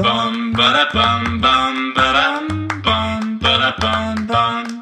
bum ba da bum bum ba dum bum ba da bum bum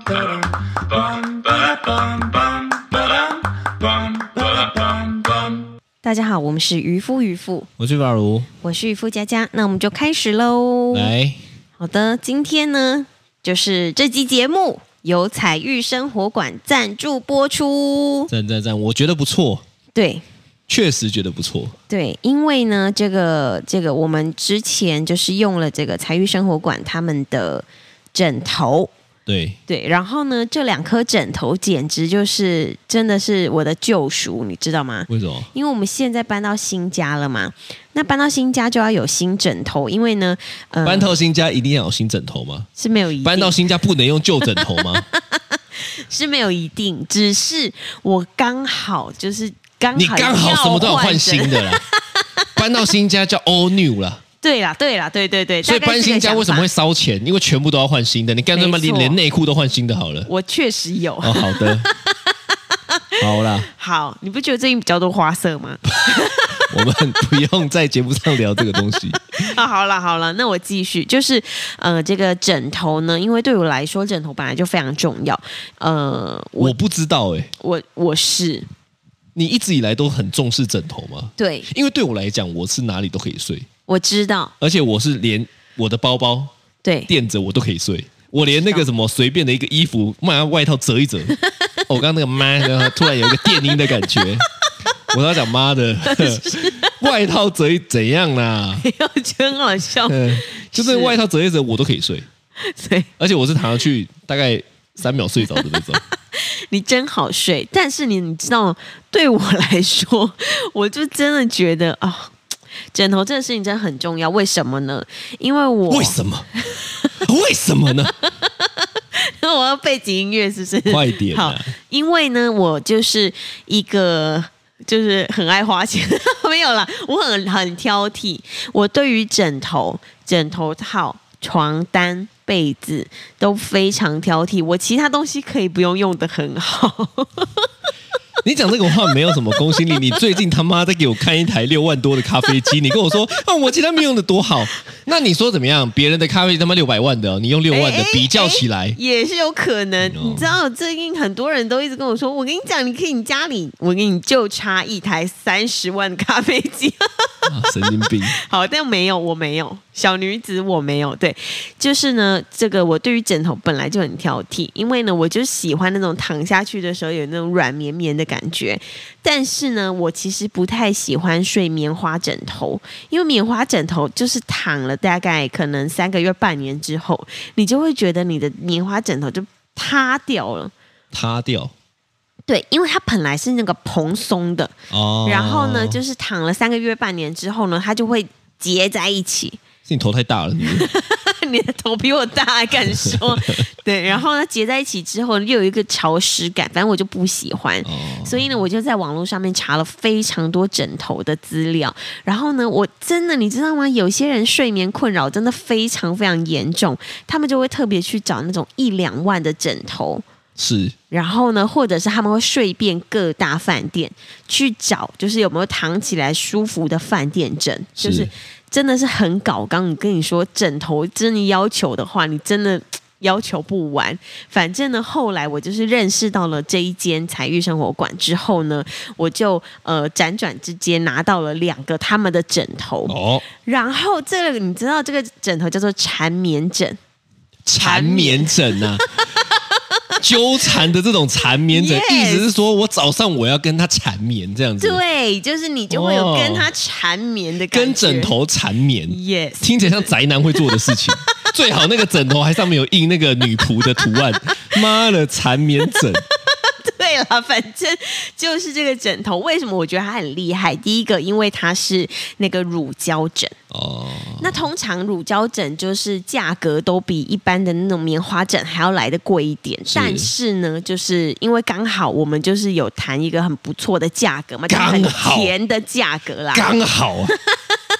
ba dum bum ba da bum bum ba dum bum ba da bum bum。 大家好，我们是渔夫渔妇， 我是法如， 我是渔夫佳佳，那我们就开始喽。 来， 好的，今天呢，就是这集节目由彩玉生活馆赞助播出。 赞，我觉得不错， 对。 确实觉得不错， 对，因为呢，这个我们之前就是用了这个彩玉生活馆他们的枕头， 对， 然后呢，这2颗枕头简直就是真的是我的救赎，你知道吗？ 为什么？ 因为我们现在搬到新家了嘛，那搬到新家就要有新枕头，因为呢， 搬到新家一定要有新枕头吗？ 是没有一定， 搬到新家不能用旧枕头吗？ 是没有一定，只是我刚好就是你刚好什么都要换新的啦，搬到新家叫 all new 啦。 对， 所以搬新家为什么会烧钱？因为全部都要换新的，你干脆连内裤都换新的好了。 我确实有。 哦，好的，好啦， 好，你不觉得最近比较多花色吗？ 我们不用在节目上聊这个东西。 好了，那我继续，就是这个枕头呢，因为对我来说，枕头本来就非常重要。 我不知道我是。 你一直以来都很重视枕头吗？ 对， 因为对我来讲，我是哪里都可以睡。 我知道， 而且我是连我的包包垫着我都可以睡，我连那个什么随便的一个衣服，外套折一折，我刚刚那个妈，突然有一个电音的感觉，我要讲妈的，外套折一怎样啦？ 我觉得很好笑， 就是外套折一折我都可以睡， 对， 而且我是躺上去大概3秒睡着的那种。 你真好睡，但是你知道，对我来说，我就真的觉得啊。枕头这个事情真的很重要，为什么呢？因为为什么？为什么呢？ 那我要背景音乐是不是？ 快点好，因为呢，我就是一个就是很爱花钱，没有啦，我很挑剔，我对于枕头套、床单、被子都非常挑剔，我其他东西可以不用得很好。 你讲这个话没有什么公信力。你最近他妈在给我看一台6万多的咖啡机，你跟我说我其他没用的多好，那你说怎么样？别人的咖啡机他妈600万的，你用6万的比较起来也是有可能。你知道最近很多人都一直跟我说，我跟你讲，你家里我给你就差一台30万的咖啡机。 神经病。 好，但我没有，小女子我没有。对，就是呢，这个我对于枕头本来就很挑剔，因为呢，我就喜欢那种躺下去的时候有那种软绵绵的感觉。但是呢，我其实不太喜欢睡棉花枕头，因为棉花枕头就是躺了大概可能3个月、半年之后，你就会觉得你的棉花枕头就塌掉了。 塌掉。 对，因为它本来是那个蓬松的，然后呢，就是躺了3个月、半年之后呢，它就会结在一起。 是你头太大了是不是？ 你的头比我大，还敢说？对，然后呢，结在一起之后又有一个潮湿感，反正我就不喜欢。所以呢，我就在网络上面查了非常多枕头的资料。然后呢，我真的你知道吗？有些人睡眠困扰真的非常非常严重，他们就会特别去找那种1-2万的枕头。 是， 然后呢，或者是他们会睡遍各大饭店去找，就是有没有躺起来舒服的饭店枕，就是真的是很搞刚。我跟你说，枕头真的要求的话，你真的要求不完。反正呢，后来我就是认识到了这一间彩玉生活馆之后呢，我就辗转之间拿到了2个他们的枕头。然后这个你知道，这个枕头叫做缠绵枕。 缠绵枕啊。纠缠的这种缠绵枕，意思是说我早上我要跟他缠绵这样子。 对，就是你就会有跟他缠绵的感觉， 跟枕头缠绵。 Yes， 听起来像宅男会做的事情。最好那个枕头还上面有印那个女仆的图案。妈的，缠绵枕。 对了，反正就是这个枕头，为什么我觉得它很厉害？第一个，因为它是那个乳胶枕。那通常乳胶枕就是价格都比一般的那种棉花枕还要来得贵一点，但是呢，就是因为刚好我们就是有谈一个很不错的价格嘛，就很甜的价格啦， 刚好。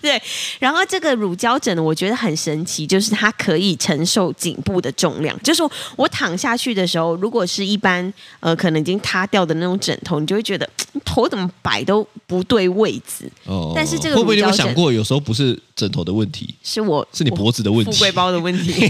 对，然后这个乳胶枕呢，我觉得很神奇，就是它可以承受颈部的重量。就是我躺下去的时候，如果是一般可能已经塌掉的那种枕头，你就会觉得头怎么摆都不对位置。 哦， 但是这个会不会你有乳胶枕想过，有时候不是枕头的问题， 是你脖子的问题， 富贵包的问题。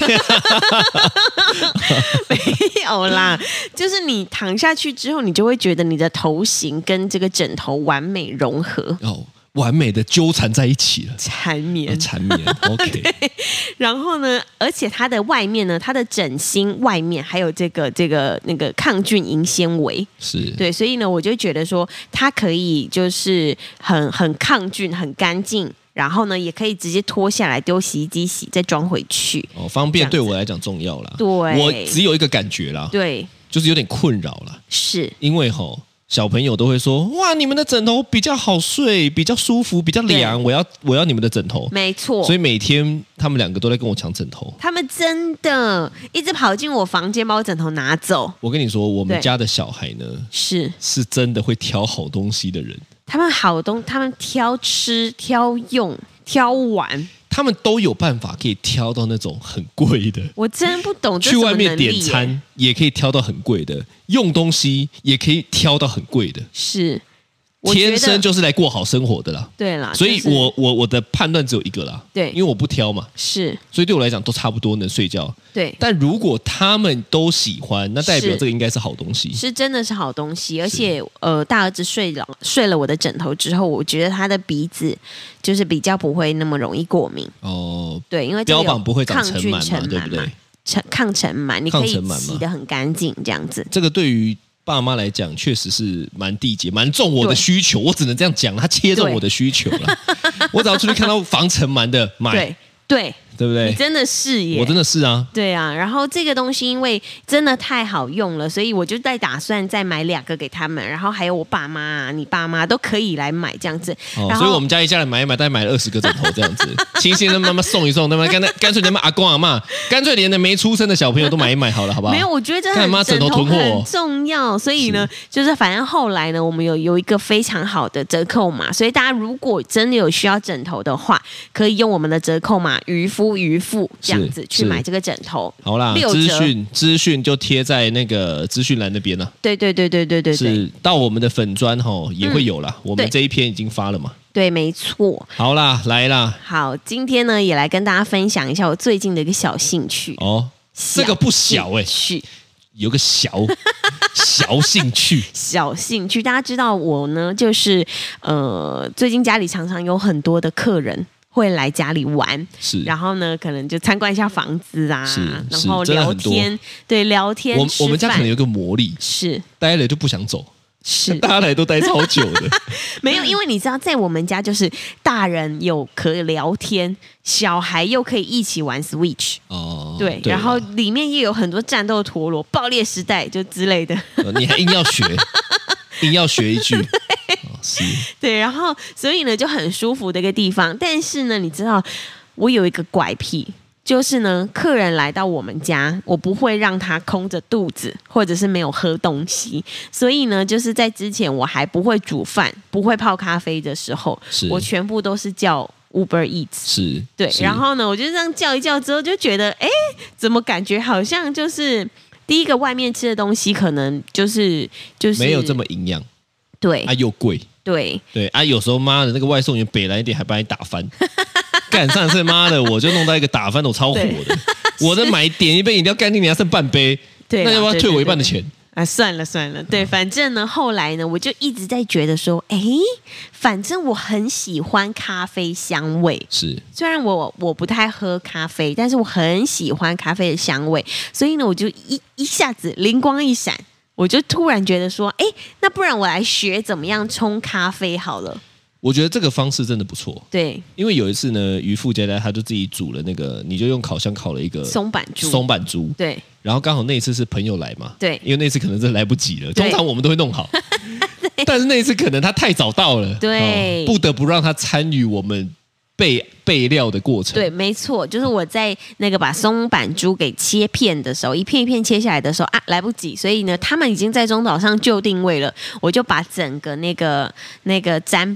没有啦，就是你躺下去之后，你就会觉得你的头型跟这个枕头完美融合。 哦，完美的纠缠在一起了， 缠绵， 缠绵，OK。 然后呢，而且它的外面呢，它的枕芯外面还有那个抗菌银纤维， 是对，所以呢，我就觉得说它可以就是很抗菌、很干净。然后呢，也可以直接脱下来丢洗衣机洗，再装回去。 哦，方便对我来讲重要啦。 对， 我只有一个感觉啦， 对， 就是有点困扰啦。 是因为小朋友都会说，哇，你们的枕头比较好睡，比较舒服，比较凉，我要你们的枕头。 没错， 所以每天他们2个都在跟我抢枕头。 他们真的一直跑进我房间把我枕头拿走。 我跟你说，我们家的小孩呢，是真的会挑好东西的人。 他们挑吃、挑用、挑玩， 他们都有办法可以挑到那种很贵的。 我真不懂这去外面点餐也可以挑到很贵的，用东西也可以挑到很贵的。 是。 天生就是来过好生活的啦， 对啦， 所以我的判断只有一个啦， 对， 因为我不挑嘛， 是， 所以对我来讲都差不多能睡觉， 对。 但如果他们都喜欢，那代表这个应该是好东西， 是真的是好东西，而且大儿子睡了我的枕头之后，我觉得他的鼻子就是比较不会那么容易过敏哦， 对，因为标榜不会长尘螨嘛，对不对？ 抗尘螨，你可以洗得很干净，这样子， 这个对于爸妈来讲，确实是蛮地接、蛮中我的需求。我只能这样讲，他切中我的需求了。我只要出去看到防尘螨的，买。对不对？ 你真的是耶， 我真的是啊。 对啊，然后这个东西因为真的太好用了，所以我就打算再买2个给他们，然后还有我爸妈啊、你爸妈都可以来买这样子。 所以我们家一家人买一买，大概买了20个枕头这样子。亲戚的妈妈送一送，对吗？干脆你们阿公阿嬷，干脆连没出生的小朋友都买一买好了，好不好？ 没有，我觉得这枕头囤货很重要，所以呢，就是反正后来呢，我们有一个非常好的折扣码，所以大家如果真的有需要枕头的话，可以用我们的折扣码渔夫这样子去买这个枕头。 好啦，资讯就贴在那个资讯栏那边了。 对， 是到我们的粉专也会有啦。我们这一篇已经发了嘛。 对，没错。 好啦，来啦。 好，今天呢也来跟大家分享一下我最近的一个小兴趣。 哦，这个不小有个小兴趣。 小兴趣，大家知道我呢，就是最近家里常常有很多的客人会来家里玩， 是， 然后呢，可能就参观一下房子啊， 然后聊天，对，聊天。 我们家可能有个魔力， 是待了就不想走， 是大家来都待超久的。 没有，因为你知道，在我们家就是大人有可以聊天，小孩又可以一起玩 Switch 哦， 对，然后里面也有很多战斗陀螺、爆裂时代就之类的， 你还硬要学一句。 对，然后所以呢就很舒服的一个地方，但是呢，你知道我有一个怪癖，就是呢，客人来到我们家，我不会让他空着肚子，或者是没有喝东西，所以呢，就是在之前我还不会煮饭、不会泡咖啡的时候，我全部都是叫Uber Eats， 对，然后呢，我就这样叫一叫之后，就觉得，哎，怎么感觉好像就是第一个外面吃的东西，可能就是没有这么营养。 对啊，又贵， 对啊，有时候妈的那个外送员北来一点还把你打翻，干上次妈的我就弄到一个打翻的，我超火的，我的点一杯饮料干净你还剩半杯， 对， 那要不要退我一半的钱？ 啊，算了，对，反正呢，后来呢，我就一直在觉得说，哎，反正我很喜欢咖啡香味， 是， 虽然我不太喝咖啡，但是我很喜欢咖啡的香味，所以呢，我就一下子灵光一闪。我就突然觉得说，哎，那不然我来学怎么样冲咖啡好了。 我觉得这个方式真的不错。 对， 因为有一次呢，渔夫家他就自己煮了那个，你就用烤箱烤了一个松板猪。对。 然后刚好那一次是朋友来嘛。 对。 因为那次可能真的来不及了，通常我们都会弄好。但是那一次可能他太早到了， 对， 不得不让他参与我们备料的过程。 对，没错，就是我在那个把松板猪给切片的时候，一片一片切下来的时候啊，来不及，所以呢，他们已经在中岛上就定位了，我就把整个那个砧板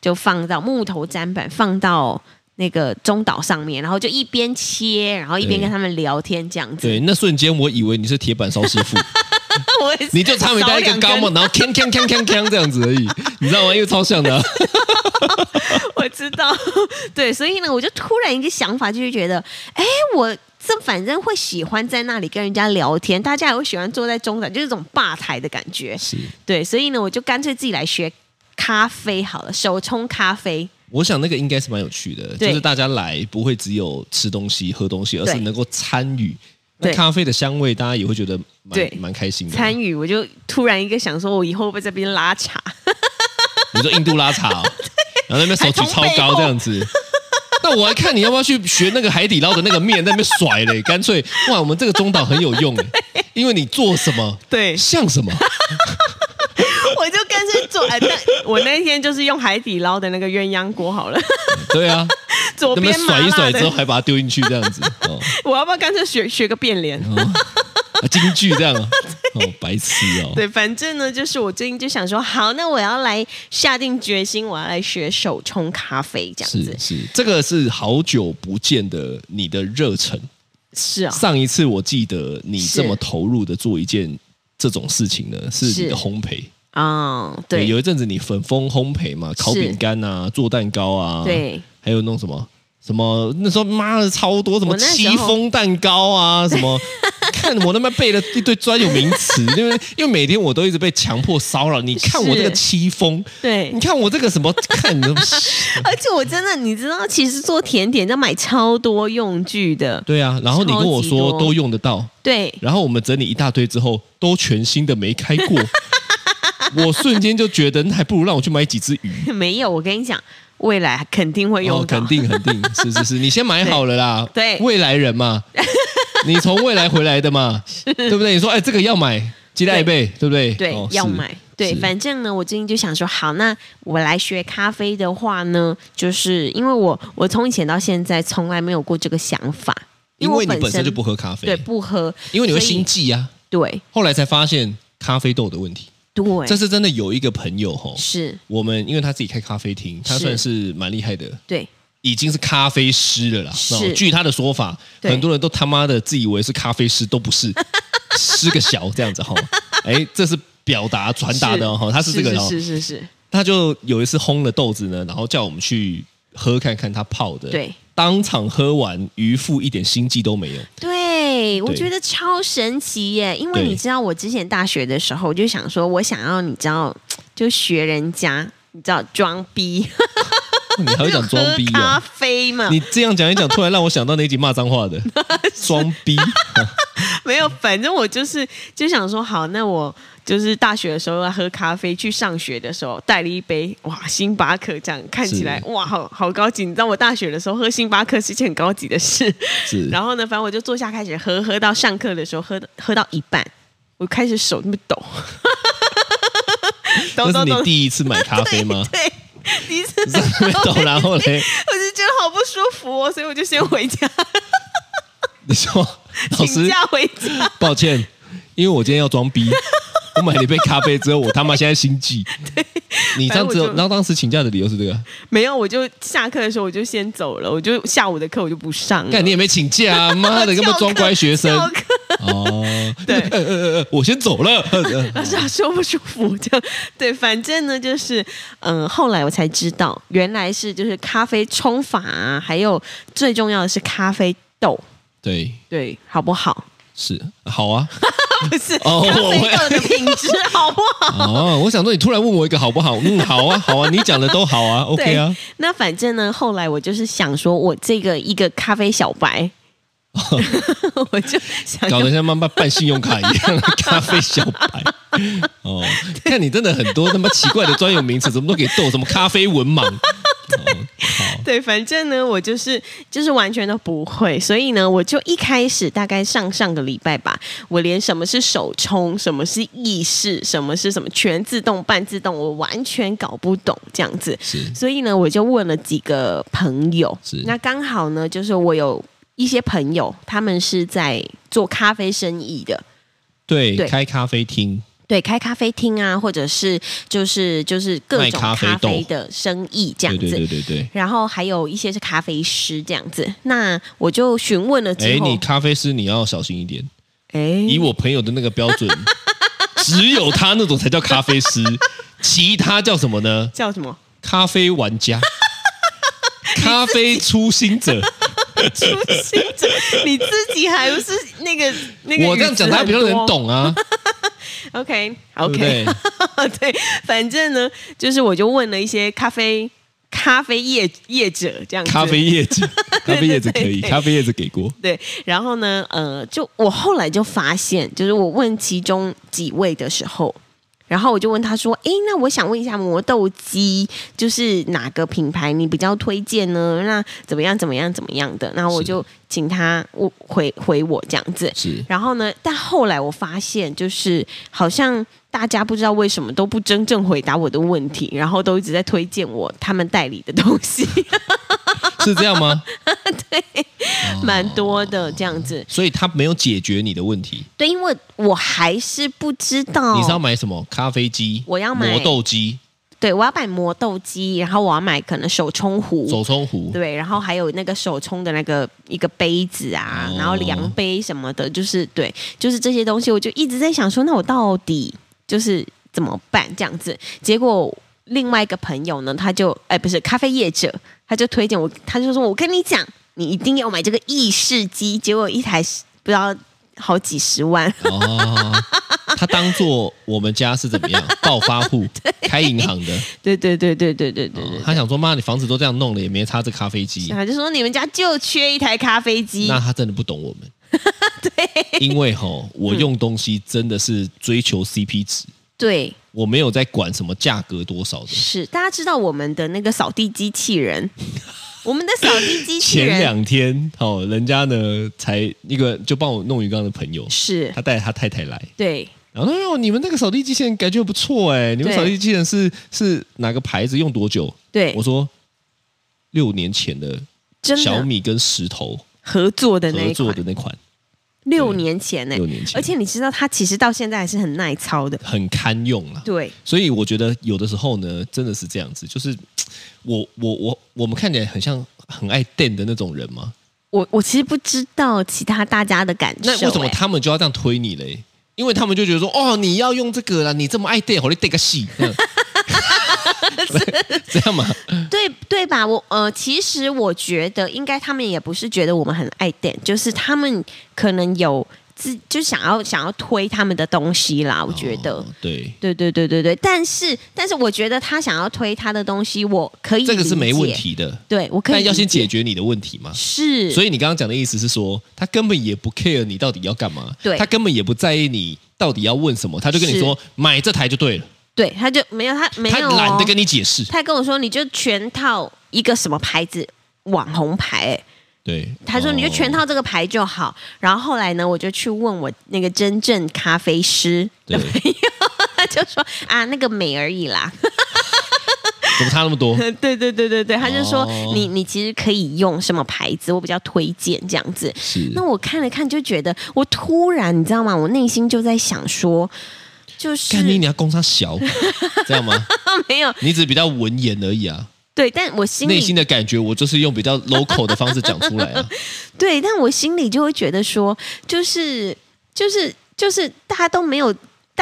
就放到木头砧板，放到那个中岛上面，然后就一边切，然后一边跟他们聊天这样子。 对，那瞬间我以为你是铁板烧师傅，你就差没带一个高帽，然后锵锵锵锵锵这样子而已，你知道吗？因为超像的、啊。 我知道，对，所以呢，我就突然一个想法，就是觉得，哎，我这反正会喜欢在那里跟人家聊天，大家也会喜欢坐在中岛，就是这种吧台的感觉。 是， 对，所以呢，我就干脆自己来学咖啡好了，手冲咖啡。 我想那个应该是蛮有趣的，就是大家来不会只有吃东西、喝东西，而是能够参与。那咖啡的香味，大家也会觉得蛮开心的。 参与，我就突然一个想说，我以后会不会在这边拉茶？ 你说印度拉茶、哦，然后那边手举超高这样子。那我还看你要不要去学那个海底捞的那个面，在那边甩嘞，干脆哇，我们这个中岛很有用哎，因为你做什么， 对， 像什么。 我就干脆做，我那一天就是用海底捞的那个鸳鸯锅好了。 对啊， 左边甩一甩之后还把它丢进去这样子。哦、 我要不要干脆学个变脸？ 京剧这样白痴哦。 对，反正呢，就是我最近就想说，好，那我要来下定决心，我要来学手冲咖啡这样子。 是，这个是好久不见的你的热忱。 是啊， 上一次我记得你这么投入的做一件这种事情呢，是你的烘焙。对，有一阵子你粉风烘焙嘛，烤饼干啊，做蛋糕啊， 对， 还有弄什么那时候妈的超多什么戚风蛋糕啊什么，看我他妈背了一堆专有名词，因为每天我都一直被强迫骚扰。你看我这个戚风， 对， 你看我这个什么，看你都而且我真的你知道，其实做甜点要买超多用具的。 对啊，然后你跟我说都用得到， 对， 然后我们整理一大堆之后，都全新的没开过。我瞬间就觉得，那还不如让我去买几只鱼。 没有，我跟你讲，未来肯定会用到， 肯定，是，你先买好了啦。 对， 未来人嘛，你从未来回来的嘛，对不对？你说，这个要买，期待一倍，对不对？ 对，要买。对，反正呢，我最近就想说，好，那我来学咖啡的话呢，就是因为我从以前到现在从来没有过这个想法， 因为你本身就不喝咖啡， 对，不喝， 因为你会心悸啊。 对， 后来才发现咖啡豆的问题。 对， 这是真的有一个朋友是我们，因为他自己开咖啡厅，他算是蛮厉害的， 对， 已经是咖啡师了啦。据他的说法，很多人都他妈的自以为是咖啡师，都不是，失个小这样子这是表达传达的他是这个是， 他就有一次烘了豆子呢，然后叫我们去喝看看他泡的， 对， 当场喝完，渔夫一点心悸都没有。 对，我觉得超神奇耶！因为你知道，我之前大学的时候，我就想说，我想要你知道，就学人家，你知道装逼。 你还会讲装逼啊？ 咖啡嘛？ 你这样讲一讲，突然让我想到那集骂脏话的装逼。 没有，反正我就想说，好，那我就是大学的时候要喝咖啡，去上学的时候带了一杯星巴克，这样看起来好高级。你知道我大学的时候喝星巴克是一件很高级的事。是。然后呢，反正我就坐下开始喝到上课的时候喝到一半，我开始手那么抖。 那是你第一次买咖啡吗？ 对。第一次抖，然后嘞，我就觉得好不舒服所以我就先回家。 你说，老师， 请假回家。 抱歉，因为我今天要装逼，我买了一杯咖啡之后，我他妈现在心悸。 对， 你这样子，然后当时请假的理由是这个？ 没有，我就下课的时候我就先走了，我就下午的课我就不上了。 干，你也没请假啊！妈的，根本装乖学生。 对， 我先走了。 老师舒不舒服？这样对，反正呢就是后来我才知道，原来是就是咖啡冲法啊，还有最重要的是咖啡豆。对，好不好？ 是好啊。 不是咖啡豆的品质好不好？ 我想说你突然问我一个好不好？好啊，你讲的都好啊 ，OK 啊。 那反正呢，后来我就是想说，我这个一个咖啡小白。我就想搞得像妈妈办信用卡一样的咖啡小白看你真的很多他妈奇怪的专有名词，怎么都给逗，什么咖啡文盲。 对，反正呢，我就是完全都不会，所以呢，我就一开始大概上个礼拜吧，我连什么是手冲，什么是意式，什么是什么全自动、半自动，我完全搞不懂这样子。所以呢，我就问了几个朋友，那刚好呢，就是我有一些朋友，他们是在做咖啡生意的， 对，开咖啡厅。 对，开咖啡厅啊，或者是就是各种咖啡的生意这样子。 对。 然后还有一些是咖啡师这样子。那我就询问了之后， 你咖啡师你要小心一点。以我朋友的那个标准，只有他那种才叫咖啡师，其他叫什么呢？ 叫什么？ 咖啡玩家，咖啡初心者。 初心者，你自己还不是那个？ 我这样讲他比较能懂啊。 OK， 对， 反正呢，就是我就问了一些咖啡业者这样子。 咖啡业者可以，咖啡业者给过。 对，然后呢，就我后来就发现，就是我问其中几位的时候。然后我就问他说：“那我想问一下磨豆机，就是哪个品牌你比较推荐呢？那怎么样的？”然后我就请他回我这样子。 是。 然后呢，但后来我发现，就是好像大家不知道为什么都不真正回答我的问题，然后都一直在推荐我他们代理的东西。 是这样吗？ 对，蛮多的这样子。 所以他没有解决你的问题。 对，因为我还是不知道。 你是要买什么？咖啡机？ 我要买磨豆机。 对，我要买磨豆机，然后我要买可能手冲壶。对，然后还有那个手冲的那个一个杯子啊，然后量杯什么的，就是这些东西，我就一直在想说，那我到底就是怎么办这样子？结果另外一个朋友呢，他就不是咖啡业者，他就推荐我，他就说我跟你讲，你一定要买这个意式机，结果一台不知道好几十万。 他当做我们家是怎么样暴发户开银行的。 对。 他想说妈，你房子都这样弄了，也没差这咖啡机。 他就说你们家就缺一台咖啡机。 那他真的不懂我们。 对， 因为我用东西真的是追求 CP 值。 对， 我没有在管什么价格多少的。 是，大家知道我们的那个扫地机器人。我们的扫地机器人前2天，人家呢才一个就帮我弄鱼缸的朋友， 是他带他太太来， 对， 然后你们那个扫地机器人感觉不错哎，你们扫地机器人是哪个牌子？用多久？ 对， 我说6年前的小米跟石头合作的那款。 6年前呢，而且你知道它其实到现在还是很耐操的， 很堪用啊。 对， 所以我觉得有的时候呢，真的是这样子，就是我们看起来很像很爱电的那种人吗？ 我其实不知道其他大家的感受。 那为什么他们就要这样推你嘞？因为他们就觉得说，你要用这个啦，你这么爱电，我来电个戏。这样吗？ 对吧？其实我觉得应该他们也不是觉得我们很爱电，就是他们可能有就想要推他们的东西啦。我觉得， 对， 但是我觉得他想要推他的东西，我可以理解，这个是没问题的。 对，我可以理解， 但要先解决你的问题嘛。 是， 所以你刚刚讲的意思是说，他根本也不 care 你到底要干嘛， 对， 他根本也不在意你到底要问什么，他就跟你说买这台就对了。 对，他就没有，他懒得跟你解释。 他跟我说，你就全套一个什么牌子网红牌， 对， 他说你就全套这个牌就好。然后后来呢，我就去问我那个真正咖啡师的朋友，他就说那个美而已啦。 怎么差那么多？ 对，他就说你其实可以用什么牌子，我比较推荐这样子。 是， 那我看了看就觉得，我突然你知道吗？我内心就在想说。就是干你要攻他小，这样吗？ 没有， 你只是比较文言而已啊。 对，但我内心的感觉，我就是用比较 local 的方式讲出来啊。 对，但我心里就会觉得说，就是大家都没有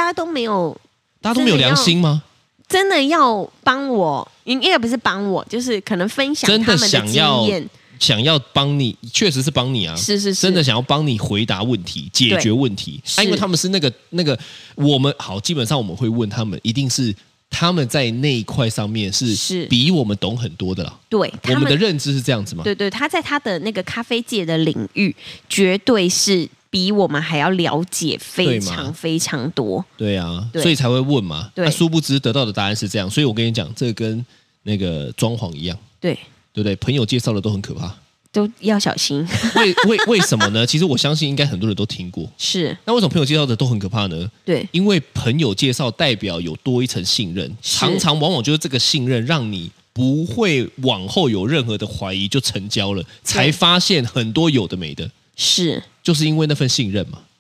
良心吗？ 真的要帮我，应该不是帮我，就是可能分享他们的经验。 想要帮你，确实是帮你啊， 是， 真的想要帮你回答问题、解决问题。因为他们是那个，我们好，基本上我们会问他们，一定是他们在那一块上面是比我们懂很多的啦。 对， 我们的认知是这样子吗？ 对，他在他的那个咖啡界的领域，绝对是比我们还要了解非常非常多。 对啊，所以才会问嘛。那殊不知得到的答案是这样，所以我跟你讲，这跟那个装潢一样。对不对？朋友介绍的都很可怕， 都要小心。 为什么呢？其实我相信应该很多人都听过。 是。 那为什么朋友介绍的都很可怕呢？ 对， 因为朋友介绍代表有多一层信任，常常往往就是这个信任让你不会往后有任何的怀疑就成交了，才发现很多有的没的。 是， 就是因为那份信任嘛。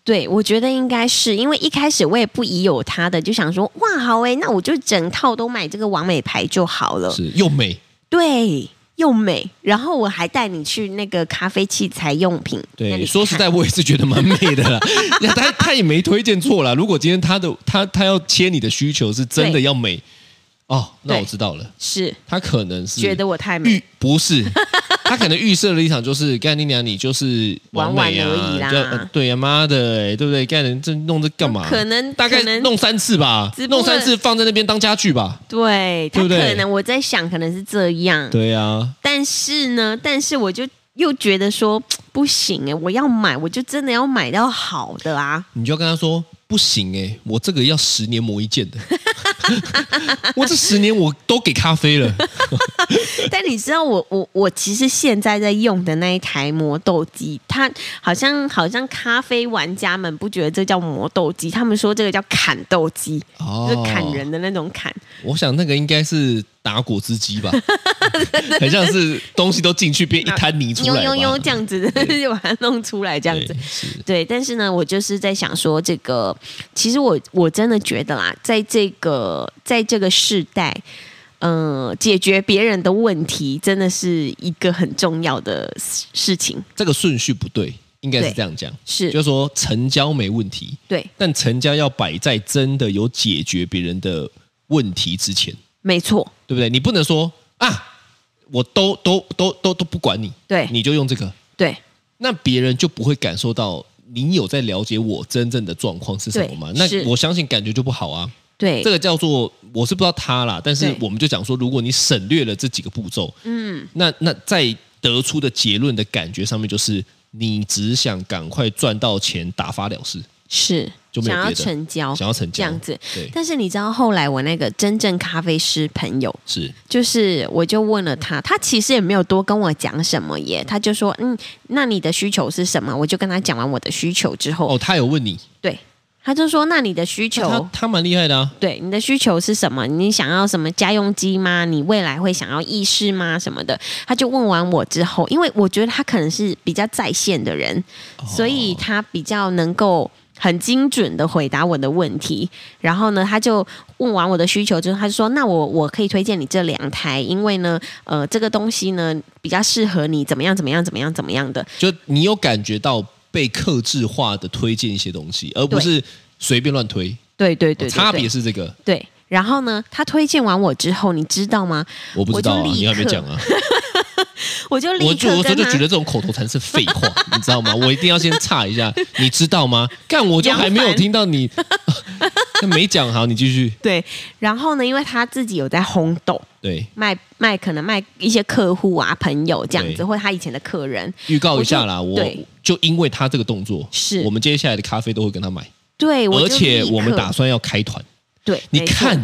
对，我觉得应该是因为一开始我也不疑有他的，就想说哇，好诶，那我就整套都买这个完美牌就好了， 是又美， 对，又美，然后我还带你去那个咖啡器材用品。 对，说实在，我也是觉得蛮美的啦。他也没推荐错啦。如果今天他要切你的需求是真的要美哦，那我知道了， 是他可能是觉得我太美， 不是，他可能预设了一场就是干你娘，你就是完美啊， 玩而已啦。 对呀，妈的，对不对？干人这弄这干嘛？ 可能大概弄3次吧，弄3次放在那边当家具吧。 对， 对不对？ 可能我在想，可能是这样。 对啊， 但是我就又觉得说不行哎，我要买，我就真的要买到好的啊。 你就要跟他说不行哎，我这个要10年磨一剑的。我这10年我都给咖啡了。 但你知道我其实现在在用的那一台磨豆机，它好像咖啡玩家们不觉得这叫磨豆机，他们说这个叫砍豆机，就是砍人的那种砍。 我想那个应该是打果汁机吧，很像是东西都进去变一滩泥出来吧， 这样子就把它弄出来这样子。对，但是呢，我就是在想说这个，其实我真的觉得啦，在这个世代。解决别人的问题真的是一个很重要的事情。 这个顺序不对，应该是这样讲， 是就是说成交没问题，对，但成交要摆在真的有解决别人的问题之前， 没错， 对不对？你不能说啊，我都不管你，对，你就用这个，对，那别人就不会感受到你有在了解我真正的状况是什么吗？那我相信感觉就不好啊。对，这个叫做我是不知道他啦，但是我们就讲说，如果你省略了这几个步骤，那在得出的结论的感觉上面，就是你只想赶快赚到钱，打发了事，是就没有别的，想要成交这样子。对，但是你知道后来我那个真正咖啡师朋友就是我就问了他其实也没有多跟我讲什么耶，他就说那你的需求是什么？我就跟他讲完我的需求之后，他有问你，对。他就说：“那你的需求，他蛮厉害的啊。对，你的需求是什么？你想要什么家用机吗？你未来会想要意式吗？什么的？”他就问完我之后，因为我觉得他可能是比较在线的人，所以他比较能够很精准的回答我的问题。然后呢，他就问完我的需求之后，他就说：“那我可以推荐你这2台，因为呢，这个东西呢比较适合你，怎么样的。”就你有感觉到。被客制化的推荐一些东西，而不是随便乱推。对，差别是这个。对，然后呢，他推荐完我之后，你知道吗？我不知道啊，你还没讲啊。我就立刻我就觉得这种口头禅是废话，你知道吗？我一定要先岔一下，你知道吗？干，我就还没有听到你没讲好，你继续。对，然后呢，因为他自己有在烘豆，对，可能卖一些客户啊、朋友这样子，或者他以前的客人。预告一下啦，我就因为他这个动作，是我们接下来的咖啡都会跟他买。对，而且我们打算要开团。对，你看。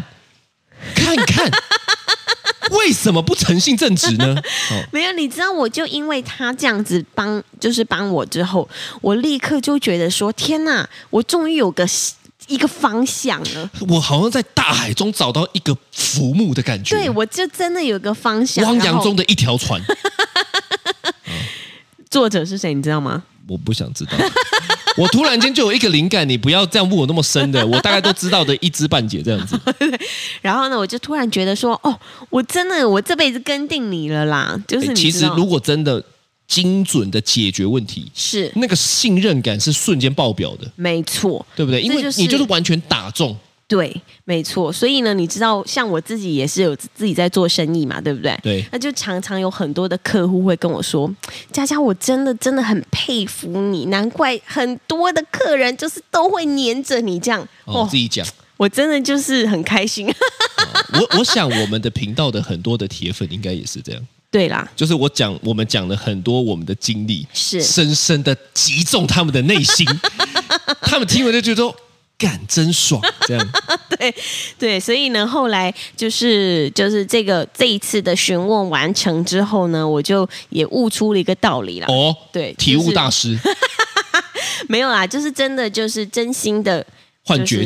为什么不诚信正直呢？没有，你知道，我就因为他这样子帮我之后，我立刻就觉得说：天哪，我终于有一个方向了。我好像在大海中找到一个浮木的感觉。对，我就真的有个方向。汪洋中的一条船。作者是谁？你知道吗？我不想知道。我突然间就有一个灵感，你不要这样问我那么深的，我大概都知道的一知半解这样子。然后呢，我就突然觉得说，我这辈子跟定你了啦。就是其实如果真的精准的解决问题，是那个信任感是瞬间爆表的。没错，对不对？因为你就是完全打中。对，没错。所以呢，你知道，像我自己也是有自己在做生意嘛，对不对？对。那就常常有很多的客户会跟我说：“佳佳，我真的很佩服你，难怪很多的客人就是都会黏着你这样。”自己讲，我真的就是很开心。我想我们的频道的很多的铁粉应该也是这样。对啦，就是我们讲了很多我们的经历，是深深的击中他们的内心，他们听完就觉得说。干真爽，这样对，所以呢，后来就是这一次的询问完成之后呢，我就也悟出了一个道理啦。对，体悟大师，没有啦，就是真的就是真心的。换绝情，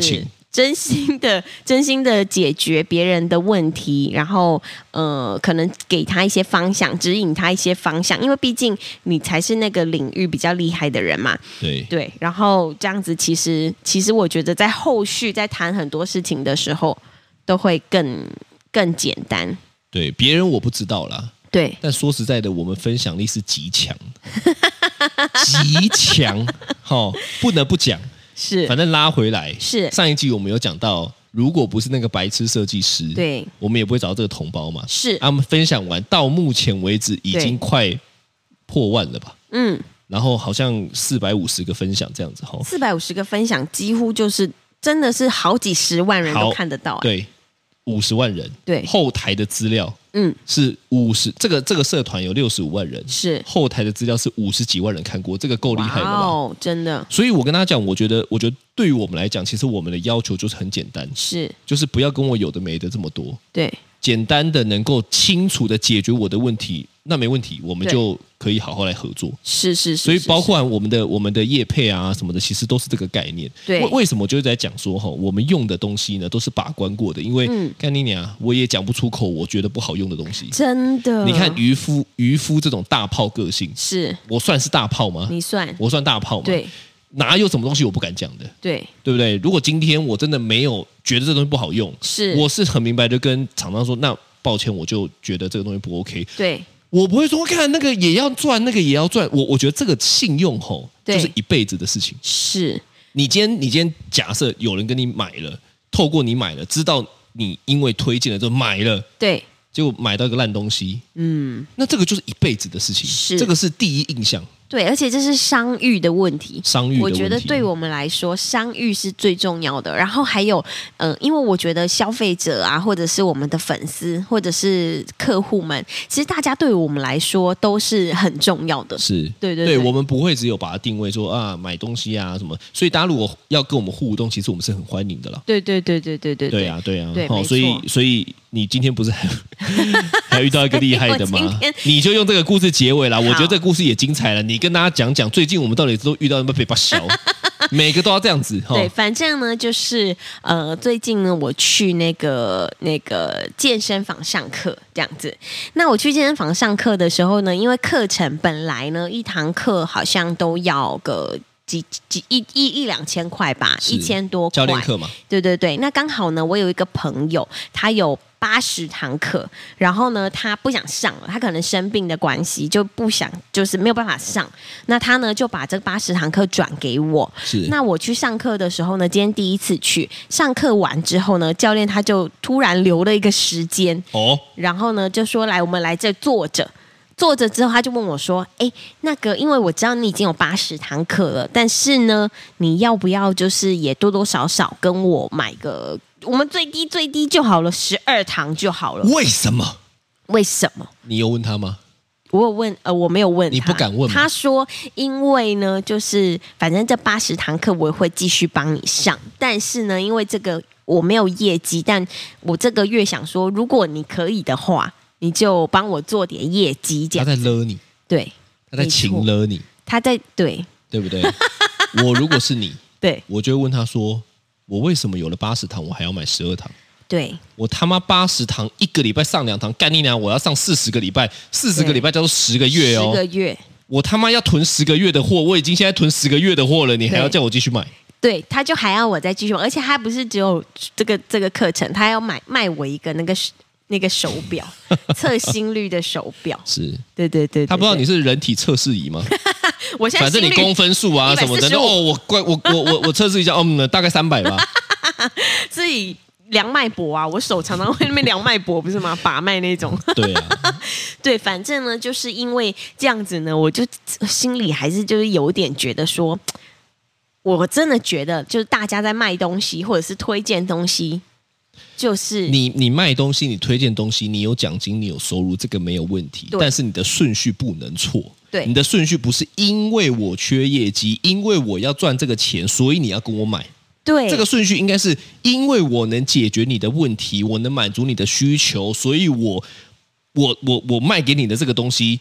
真心的解决别人的问题，然后可能给他一些方向，指引他一些方向，因为毕竟你才是那个领域比较厉害的人嘛。对，然后这样子，其实我觉得在后续在谈很多事情的时候，都会更简单。 对，别人我不知道啦。 对， 但说实在的，我们分享力是极强，极强，不能不讲。 是， 反正拉回来， 是上一集我们有讲到，如果不是那个白痴设计师， 对， 我们也不会找到这个同胞嘛。 是， 我们分享完到目前为止已经快破万了吧？然后好像450个分享这样子 ，450个分享几乎就是真的是好几十万人都看得到， 对，50万人， 对， 后台的资料。是50，这个社团有65万人， 是后台的资料是50几万人看过，这个够厉害了吧？ 哦，真的。 所以我跟大家讲，我觉得对于我们来讲，其实我们的要求就是很简单，就是不要跟我有的没的这么多， 对， 简单的能够清楚的解决我的问题，那没问题，我们就可以好好来合作。 是， 所以包括我们的业配啊什么的，其实都是这个概念。 对， 为什么就是在讲说我们用的东西呢都是把关过的，因为干你娘，我也讲不出口我觉得不好用的东西。 真的， 你看渔夫这种大炮个性， 是我算是大炮吗？ 你算， 我算大炮吗？ 对， 哪有什么东西我不敢讲的？ 对不对？如果今天我真的没有觉得这东西不好用，我是很明白的跟厂商说，那抱歉，我就觉得这个东西不 OK。 对， 我不会说看那个也要赚，那个也要赚。我觉得这个信用就是一辈子的事情。 是你今天假设有人跟你买了，透过你买了，知道你因为推荐了之后买了， 对。 结果买到一个烂东西，那这个就是一辈子的事情，这个是第一印象。 对，而且这是商誉的问题。我觉得对我们来说，商誉是最重要的。然后还有，因为我觉得消费者啊，或者是我们的粉丝，或者是客户们，其实大家对我们来说都是很重要的。 是， 对， 我们不会只有把它定位说啊买东西啊什么。所以大家如果要跟我们互动，其实我们是很欢迎的啦。 对， 对啊， 对， 所以你今天不是还遇到一个厉害的吗？你就用这个故事结尾啦。我觉得这个故事也精彩了。你跟大家讲最近我们到底都遇到什么被把小，每个都要这样子。 对，反正呢就是最近呢我去那个健身房上课这样子。那我去健身房上课的时候呢，因为课程本来呢一堂课好像都要个一两千块吧，1000多块教练课嘛。 对，那刚好呢，我有一个朋友，他有80堂课，然后呢，他不想上了，他可能生病的关系，就不想，就是没有办法上。那他呢，就把这80堂课转给我。 是。 那我去上课的时候呢，今天第一次去上课完之后呢，教练他就突然留了一个时间然后呢，就说来，我们来这坐着。坐着之后，他就问我说：“那个，因为我知道你已经有80堂课了，但是呢，你要不要就是也多多少少跟我买个，我们最低就好了，12堂就好了。” 为什么？ 你有问他吗？ 我有问，我没有问他。 你不敢问吗？ 他说：“因为呢，就是反正这80堂课我会继续帮你上，但是呢，因为这个我没有业绩，但我这个月想说，如果你可以的话。”你就帮我做点业绩，这样。 他在勒你， 对， 他在情勒你， 他在对不对？我如果是你， 对， 我就会问他说：我为什么有了80堂，我还要买12堂？ 对， 我他妈80堂1个礼拜上2堂，干你娘！我要上40个礼拜，40个礼拜叫做10个月哦，10 个月， 我他妈要囤10个月的货，我已经现在囤10个月的货了，你还要叫我继续买？ 对，他就还要我再继续买，而且他不是只有这个课程，他要卖我一个那个手表，测心率的手表。 是， 对， 他不知道你是人体测试仪吗？ 我现在反正你公分数啊什么的，我测试一下，大概300吧。 自己量脉搏啊，我手常常会那边量脉搏，不是吗？把脉那种。 对啊， 对，反正呢，就是因为这样子呢，我就心里还是就是有点觉得说，我真的觉得就是大家在卖东西或者是推荐东西。就是你卖东西，你推荐东西，你有奖金，你有收入，这个没有问题。但是你的顺序不能错。 对， 你的顺序不是因为我缺业绩，因为我要赚这个钱，所以你要跟我买。 对， 这个顺序应该是因为我能解决你的问题，我能满足你的需求，所以我卖给你的这个东西，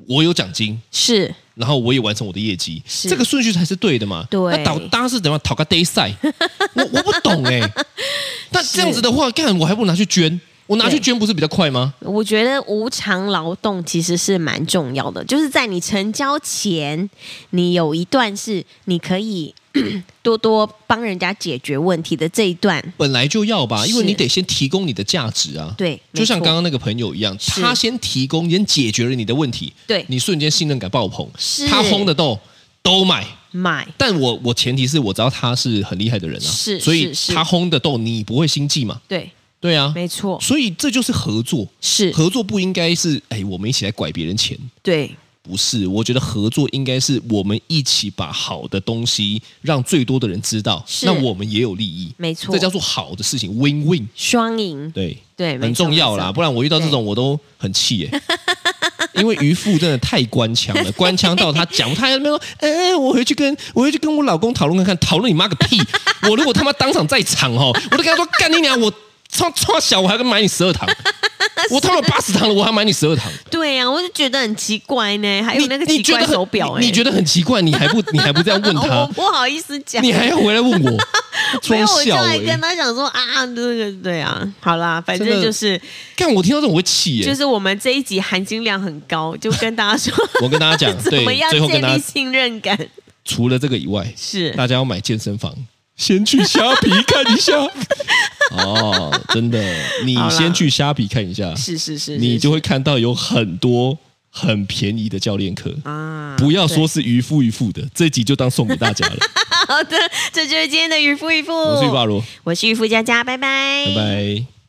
我有奖金， 是， 然后我也完成我的业绩， 是这个顺序才是对的嘛。 对， 那大家是怎么样讨个 day 赛？我不懂哎、那这样子的话，干我还不如拿去捐。我拿去捐不是比较快吗？ 我觉得无偿劳动其实是蛮重要的，就是在你成交前，你有一段是你可以多多帮人家解决问题的这一段， 本来就要吧，因为你得先提供你的价值啊。 对， 就像刚刚那个朋友一样，他先提供，先解决了你的问题， 对， 你瞬间信任感爆棚。 是他烘的豆都买。但我前提是我知道他是很厉害的人啊，所以他烘的豆你不会心悸嘛？ 对啊， 没错， 所以这就是合作。合作不应该是我们一起来拐别人钱。 对， 不是，我觉得合作应该是我们一起把好的东西让最多的人知道，那我们也有利益。 没错， 这叫做好的事情 ，win win， 双赢。 对， 很重要啦，不然我遇到这种我都很气耶。因为渔夫真的太官腔了，官腔到他讲，他在那边说，我回去跟我老公讨论看看，讨论你妈个屁！我如果他妈当场在场我都跟他说，干你娘！我超小，我还跟买你12堂，我他妈80堂了，我还买你12堂。 对呀，我就觉得很奇怪呢，还有那个奇怪手表， 你觉得很奇怪，你还不这样问他？ 我不好意思讲， 你还要回来问我？ 没有，我就来跟他讲说这个对啊，好啦，反正就是干，我听到这种我会气耶。 就是我们这一集含金量很高，就跟大家说， 我跟大家讲， 怎么样建立信任感。 除了这个以外， 是大家要买健身房，先去虾皮看一下。真的，你先去虾皮看一下， 是， 你就会看到有很多很便宜的教练课啊！不要说是渔夫的，这集就当送给大家了。 好的，这就是今天的渔夫。 我是渔夫阿罗， 我是渔夫佳佳，拜拜， 拜拜。